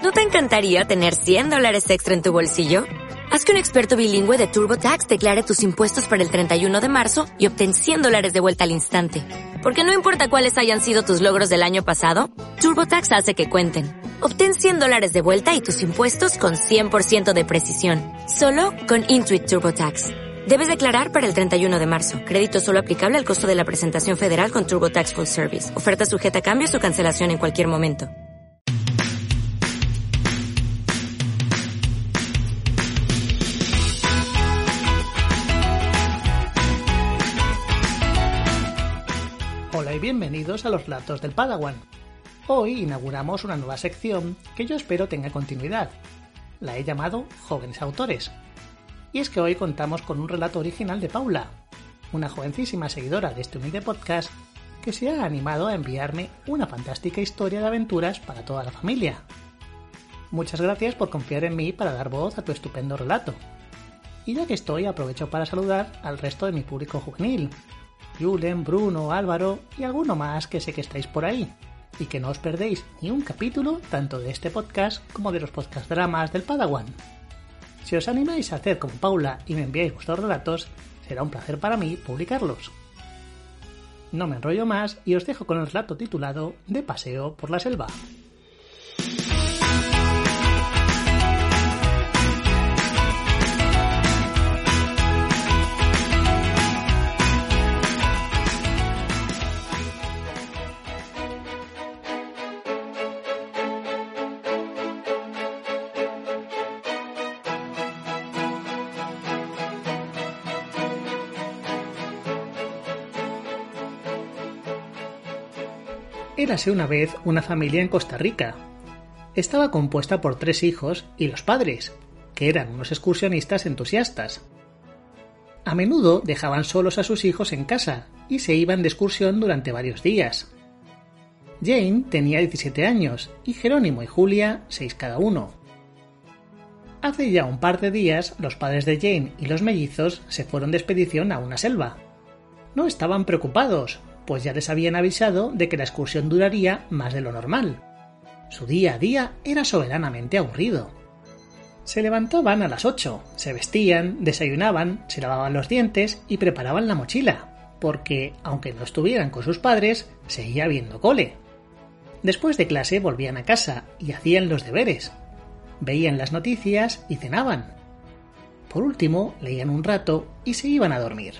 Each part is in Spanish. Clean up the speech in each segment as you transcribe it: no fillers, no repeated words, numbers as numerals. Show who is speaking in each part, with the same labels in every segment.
Speaker 1: ¿No te encantaría tener $100 extra en tu bolsillo? Haz que un experto bilingüe de TurboTax declare tus impuestos para el 31 de marzo y obtén $100 de vuelta al instante. Porque no importa cuáles hayan sido tus logros del año pasado, TurboTax hace que cuenten. Obtén $100 de vuelta y tus impuestos con 100% de precisión. Solo con Intuit TurboTax. Debes declarar para el 31 de marzo. Crédito solo aplicable al costo de la presentación federal con TurboTax Full Service. Oferta sujeta a cambios o cancelación en cualquier momento.
Speaker 2: Hola y bienvenidos a los relatos del Padawan. Hoy inauguramos una nueva sección que yo espero tenga continuidad. La he llamado Jóvenes Autores. Y es que hoy contamos con un relato original de Paula, una jovencísima seguidora de este humilde podcast que se ha animado a enviarme una fantástica historia de aventuras para toda la familia. Muchas gracias por confiar en mí para dar voz a tu estupendo relato. Y ya que estoy, aprovecho para saludar al resto de mi público juvenil. Julen, Bruno, Álvaro y alguno más que sé que estáis por ahí, y que no os perdéis ni un capítulo tanto de este podcast como de los podcast dramas del Padawan. Si os animáis a hacer como Paula y me enviáis vuestros relatos, será un placer para mí publicarlos. No me enrollo más y os dejo con el relato titulado De paseo por la selva. Érase una vez una familia en Costa Rica. Estaba compuesta por 3 hijos y los padres, que eran unos excursionistas entusiastas. A menudo dejaban solos a sus hijos en casa y se iban de excursión durante varios días. Jane tenía 17 años y Jerónimo y Julia 6 cada uno. Hace ya un par de días los padres de Jane y los mellizos se fueron de expedición a una selva. No estaban preocupados, pues ya les habían avisado de que la excursión duraría más de lo normal. Su día a día era soberanamente aburrido. Se levantaban a las 8, se vestían, desayunaban, se lavaban los dientes y preparaban la mochila, porque, aunque no estuvieran con sus padres, seguía habiendo cole. Después de clase volvían a casa y hacían los deberes. Veían las noticias y cenaban. Por último, leían un rato y se iban a dormir.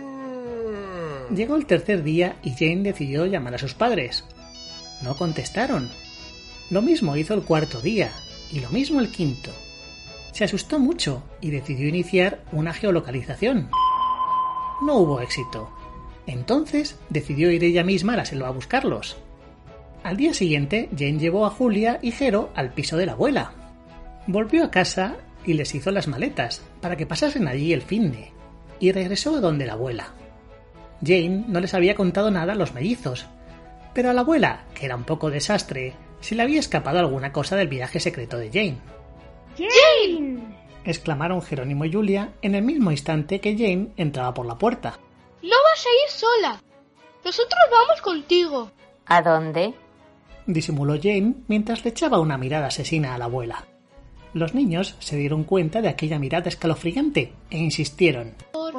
Speaker 2: Llegó el tercer día y Jane decidió llamar a sus padres. No contestaron. Lo mismo hizo el cuarto día, y lo mismo el quinto. Se asustó mucho y decidió iniciar una geolocalización. No hubo éxito. Entonces decidió ir ella misma a la selva a buscarlos. Al día siguiente, Jane llevó a Julia y Jero al piso de la abuela. Volvió a casa y les hizo las maletas para que pasasen allí el finde, y regresó a donde la abuela. Jane no les había contado nada a los mellizos, pero a la abuela, que era un poco desastre, se le había escapado alguna cosa del viaje secreto de Jane.
Speaker 3: ¡Jane!,
Speaker 2: exclamaron Jerónimo y Julia en el mismo instante que Jane entraba por la puerta.
Speaker 3: ¡No vas a ir sola! ¡Nosotros vamos contigo!
Speaker 1: ¿A dónde?,
Speaker 2: disimuló Jane mientras le echaba una mirada asesina a la abuela. Los niños se dieron cuenta de aquella mirada escalofriante e insistieron.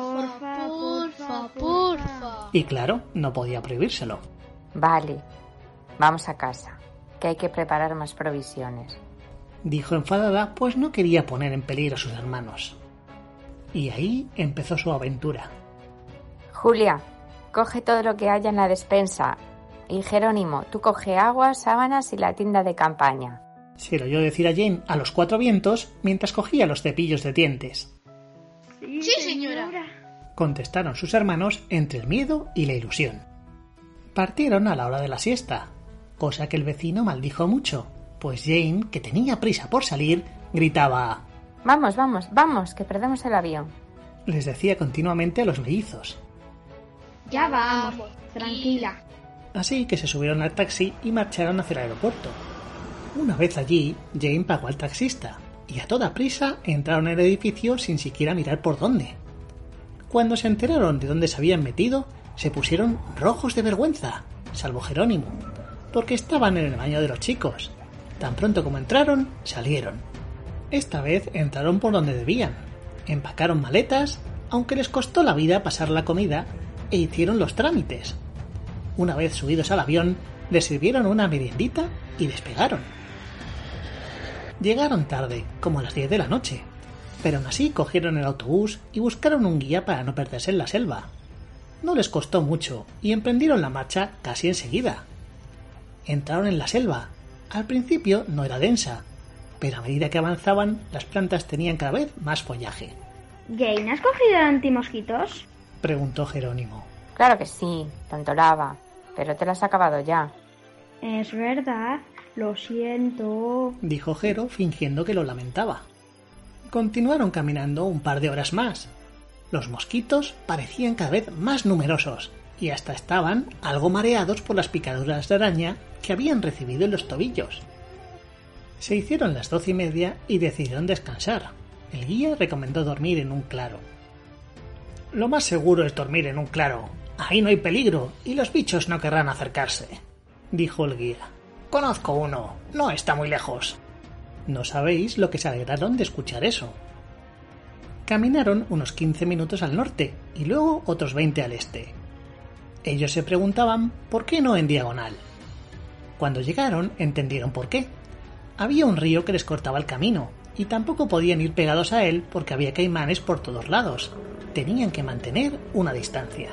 Speaker 3: Porfa.
Speaker 2: Y claro, no podía prohibírselo.
Speaker 4: Vale, vamos a casa, que hay que preparar más provisiones,
Speaker 2: dijo enfadada, pues no quería poner en peligro a sus hermanos. Y ahí empezó su aventura.
Speaker 4: Julia, coge todo lo que haya en la despensa. Y Jerónimo, tú coge agua, sábanas y la tienda de campaña.
Speaker 2: Se lo oyó decir a Jane a los 4 vientos mientras cogía los cepillos de dientes.
Speaker 3: Sí, señora,
Speaker 2: contestaron sus hermanos entre el miedo y la ilusión. Partieron a la hora de la siesta, cosa que el vecino maldijo mucho, pues Jane, que tenía prisa por salir, gritaba:
Speaker 4: Vamos, que perdemos el avión.
Speaker 2: Les decía continuamente a los mellizos.
Speaker 3: Ya vamos, tranquila.
Speaker 2: Así que se subieron al taxi y marcharon hacia el aeropuerto. Una vez allí, Jane pagó al taxista, y a toda prisa entraron en el edificio sin siquiera mirar por dónde. Cuando se enteraron de dónde se habían metido, se pusieron rojos de vergüenza, salvo Jerónimo, porque estaban en el baño de los chicos, Tan pronto como entraron, salieron. Esta vez entraron por donde debían. Empacaron maletas, aunque les costó la vida pasar la comida, e hicieron los trámites. Una vez subidos al avión, les sirvieron una meriendita y despegaron. Llegaron tarde, como a las 10 de la noche, pero aún así cogieron el autobús y buscaron un guía para no perderse en la selva. No les costó mucho y emprendieron la marcha casi enseguida. Entraron en la selva. Al principio no era densa, pero a medida que avanzaban, las plantas tenían cada vez más follaje.
Speaker 5: ¿Jane, has cogido el antimosquitos?
Speaker 2: Preguntó Jerónimo.
Speaker 4: Claro que sí, tanto lava, pero te lo has acabado ya.
Speaker 5: Es verdad, lo siento,
Speaker 2: dijo Jero fingiendo que lo lamentaba. Continuaron caminando un par de horas más. Los mosquitos parecían cada vez más numerosos y hasta estaban algo mareados por las picaduras de araña que habían recibido en los tobillos. Se hicieron las 12:30 y decidieron descansar. El guía recomendó dormir en un claro. Lo más seguro es dormir en un claro. Ahí no hay peligro y los bichos no querrán acercarse, dijo el guía. Conozco uno, no está muy lejos. No sabéis lo que se alegraron de escuchar eso. Caminaron unos 15 minutos al norte y luego otros 20 al este. Ellos se preguntaban por qué no en diagonal. Cuando llegaron entendieron por qué. Había un río que les cortaba el camino y tampoco podían ir pegados a él porque había caimanes por todos lados. Tenían que mantener una distancia.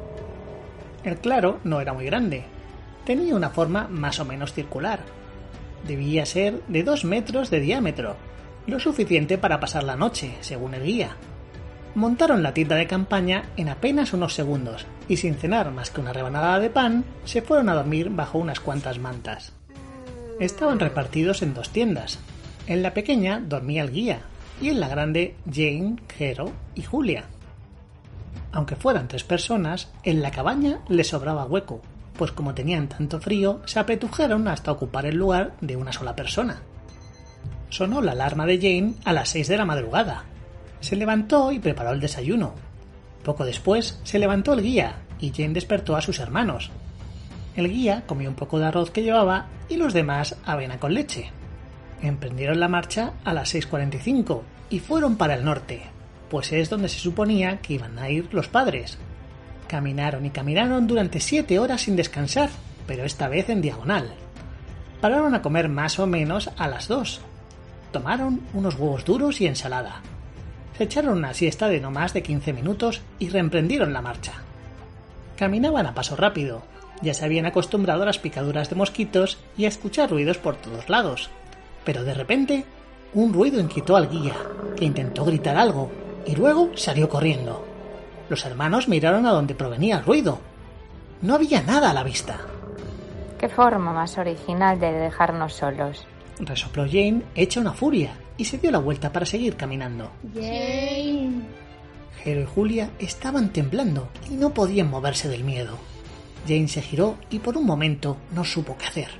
Speaker 2: El claro no era muy grande. Tenía una forma más o menos circular. Debía ser de 2 metros de diámetro, lo suficiente para pasar la noche, según el guía. Montaron la tienda de campaña en apenas unos segundos y sin cenar más que una rebanada de pan, se fueron a dormir bajo unas cuantas mantas. Estaban repartidos en 2 tiendas. En la pequeña dormía el guía y en la grande Jane, Jero y Julia. Aunque fueran 3 personas, en la cabaña les sobraba hueco, pues como tenían tanto frío, se apretujaron hasta ocupar el lugar de una sola persona. Sonó la alarma de Jane a las 6 de la madrugada. Se levantó y preparó el desayuno. Poco después se levantó el guía y Jane despertó a sus hermanos. El guía comió un poco de arroz que llevaba y los demás avena con leche. Emprendieron la marcha a las 6:45 y fueron para el norte, pues es donde se suponía que iban a ir los padres. Caminaron y caminaron durante 7 horas sin descansar, pero esta vez en diagonal. Pararon a comer más o menos a las 2. Tomaron unos huevos duros y ensalada. Se echaron una siesta de no más de 15 minutos y reemprendieron la marcha. Caminaban a paso rápido. Ya se habían acostumbrado a las picaduras de mosquitos y a escuchar ruidos por todos lados. Pero de repente, un ruido inquietó al guía, que intentó gritar algo, y luego salió corriendo. Los hermanos miraron a donde provenía el ruido. No había nada a la vista.
Speaker 4: Qué forma más original de dejarnos solos,
Speaker 2: resopló Jane, hecha una furia, y se dio la vuelta para seguir caminando.
Speaker 5: Jane.
Speaker 2: Jero y Julia estaban temblando y no podían moverse del miedo. Jane se giró y por un momento no supo qué hacer.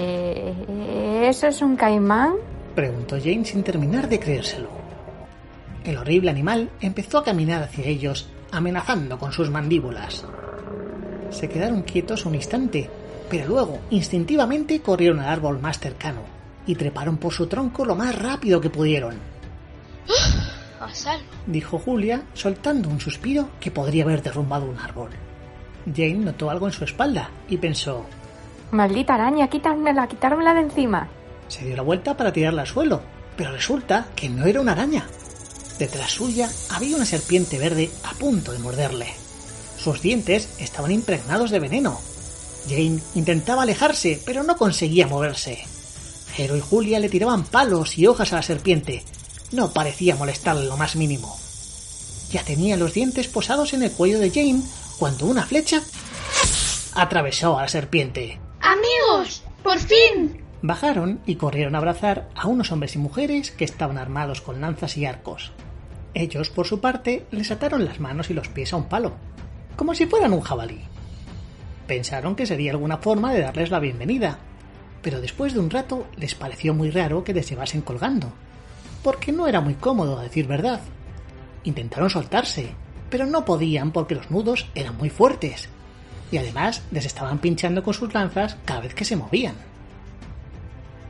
Speaker 4: ¿Eso es un caimán?,
Speaker 2: preguntó Jane sin terminar de creérselo. El horrible animal empezó a caminar hacia ellos, amenazando con sus mandíbulas. Se quedaron quietos un instante, pero luego instintivamente corrieron al árbol más cercano y treparon por su tronco lo más rápido que pudieron.
Speaker 3: A salvo,
Speaker 2: dijo Julia, soltando un suspiro que podría haber derrumbado un árbol. Jane notó algo en su espalda y pensó:
Speaker 4: maldita araña, quitármela de encima.
Speaker 2: Se dio la vuelta para tirarla al suelo, pero resulta que no era una araña. Detrás suya había una serpiente verde a punto de morderle. Sus dientes estaban impregnados de veneno. Jane intentaba alejarse, pero no conseguía moverse. Jero y Julia le tiraban palos y hojas a la serpiente. No parecía molestarle lo más mínimo. Ya tenía los dientes posados en el cuello de Jane cuando una flecha atravesó a la serpiente.
Speaker 3: ¡Amigos! ¡Por fin!
Speaker 2: Bajaron y corrieron a abrazar a unos hombres y mujeres que estaban armados con lanzas y arcos. Ellos, por su parte, les ataron las manos y los pies a un palo, como si fueran un jabalí. Pensaron que sería alguna forma de darles la bienvenida, pero después de un rato les pareció muy raro que les llevasen colgando, porque no era muy cómodo, a decir verdad. Intentaron soltarse, pero no podían porque los nudos eran muy fuertes, y además les estaban pinchando con sus lanzas cada vez que se movían.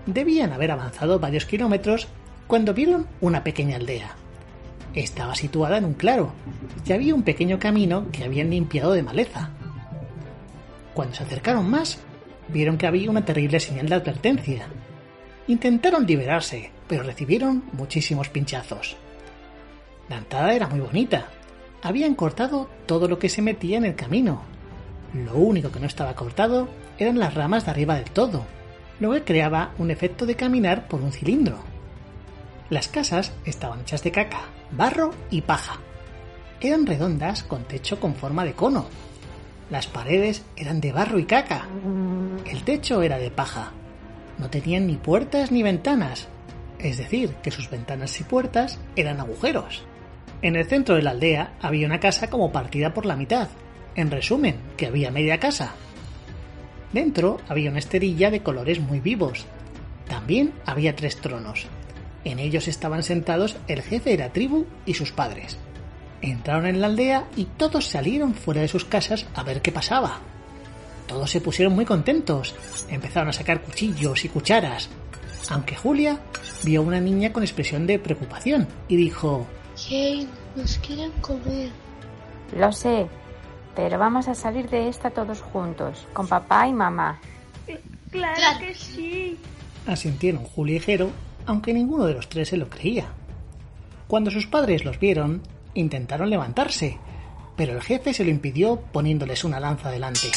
Speaker 2: Debían haber avanzado varios kilómetros cuando vieron una pequeña aldea. Estaba situada en un claro y había un pequeño camino que habían limpiado de maleza. Cuando se acercaron más, vieron que había una terrible señal de advertencia. Intentaron liberarse, pero recibieron muchísimos pinchazos. La entrada era muy bonita. Habían cortado todo lo que se metía en el camino. Lo único que no estaba cortado eran las ramas de arriba del todo, lo que creaba un efecto de caminar por un cilindro. Las casas estaban hechas de caca, barro y paja. Eran redondas con techo con forma de cono. Las paredes eran de barro y caca. El techo era de paja. No tenían ni puertas ni ventanas, es decir, que sus ventanas y puertas eran agujeros. En el centro de la aldea había una casa como partida por la mitad. En resumen, que había media casa. Dentro había una esterilla de colores muy vivos. También había 3 tronos. En ellos estaban sentados el jefe de la tribu y sus padres. Entraron en la aldea y todos salieron fuera de sus casas a ver qué pasaba. Todos se pusieron muy contentos. Empezaron a sacar cuchillos y cucharas. Aunque Julia vio a una niña con expresión de preocupación y dijo:
Speaker 3: Jane, nos quieren comer.
Speaker 4: Lo sé, pero vamos a salir de esta todos juntos, con papá y mamá.
Speaker 5: Claro que sí.
Speaker 2: Asintieron Julia y Jero, aunque ninguno de los 3 se lo creía. Cuando sus padres los vieron, intentaron levantarse, pero el jefe se lo impidió poniéndoles una lanza delante.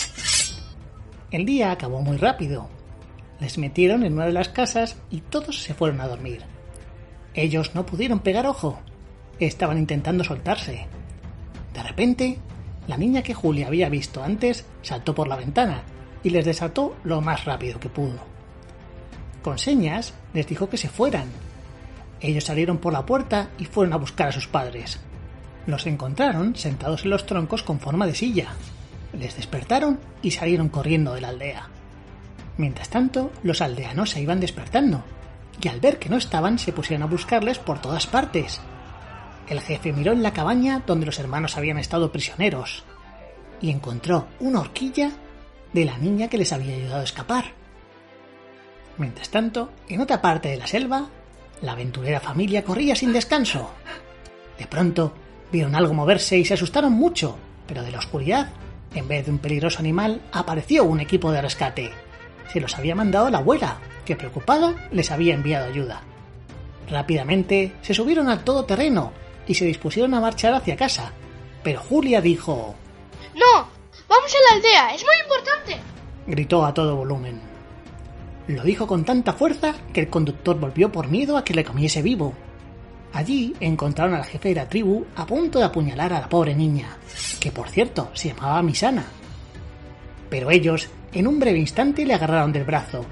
Speaker 2: El día acabó muy rápido. Les metieron en una de las casas y todos se fueron a dormir. Ellos no pudieron pegar ojo. Estaban intentando soltarse. De repente, la niña que Julia había visto antes saltó por la ventana y les desató lo más rápido que pudo. Con señas les dijo que se fueran. Ellos salieron por la puerta y fueron a buscar a sus padres. Los encontraron sentados en los troncos con forma de silla. Les despertaron y salieron corriendo de la aldea. Mientras tanto, los aldeanos se iban despertando y al ver que no estaban se pusieron a buscarles por todas partes. El jefe miró en la cabaña donde los hermanos habían estado prisioneros y encontró una horquilla de la niña que les había ayudado a escapar. Mientras tanto, en otra parte de la selva, la aventurera familia corría sin descanso. De pronto, vieron algo moverse y se asustaron mucho, pero de la oscuridad, en vez de un peligroso animal, apareció un equipo de rescate. Se los había mandado la abuela, que preocupada les había enviado ayuda. Rápidamente se subieron al todoterreno y se dispusieron a marchar hacia casa, pero Julia dijo:
Speaker 3: ¡No! ¡Vamos a la aldea! ¡Es muy importante!
Speaker 2: Gritó a todo volumen. Lo dijo con tanta fuerza que el conductor volvió por miedo a que le comiese vivo. Allí encontraron al jefe de la tribu a punto de apuñalar a la pobre niña, que por cierto se llamaba Misana. Pero ellos en un breve instante le agarraron del brazo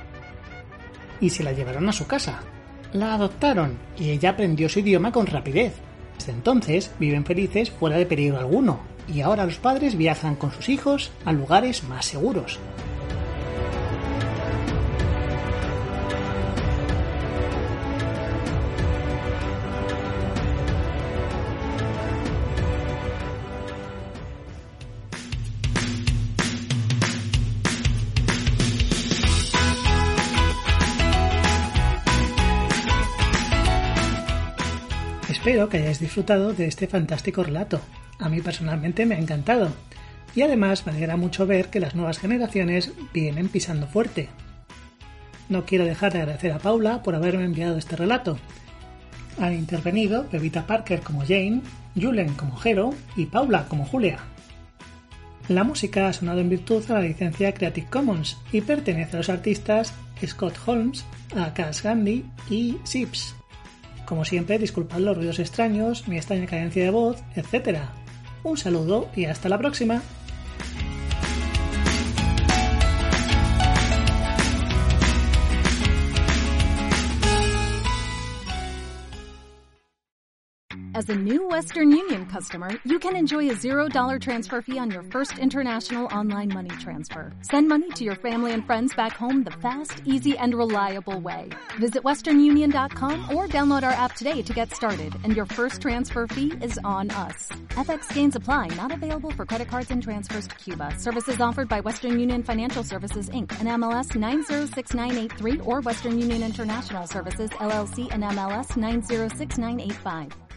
Speaker 2: y se la llevaron a su casa. La adoptaron y ella aprendió su idioma con rapidez. Desde entonces viven felices fuera de peligro alguno y ahora los padres viajan con sus hijos a lugares más seguros. Espero que hayáis disfrutado de este fantástico relato. A mí personalmente me ha encantado. Y además me alegra mucho ver que las nuevas generaciones vienen pisando fuerte. No quiero dejar de agradecer a Paula por haberme enviado este relato. Han intervenido Bebita Parker como Jane, Julen como Jero y Paula como Julia. La música ha sonado en virtud a la licencia Creative Commons y pertenece a los artistas Scott Holmes, Akash Gandhi y Sips. Como siempre, disculpad los ruidos extraños, mi extraña cadencia de voz, etc. Un saludo y hasta la próxima.
Speaker 6: As a new Western Union customer, you can enjoy a $0 transfer fee on your first international online money transfer. Send money to your family and friends back home the fast, easy, and reliable way. Visit westernunion.com or download our app today to get started, and your first transfer fee is on us. FX gains apply, not available for credit cards and transfers to Cuba. Services offered by Western Union Financial Services, Inc., and MLS 906983, or Western Union International Services, LLC, and MLS 906985.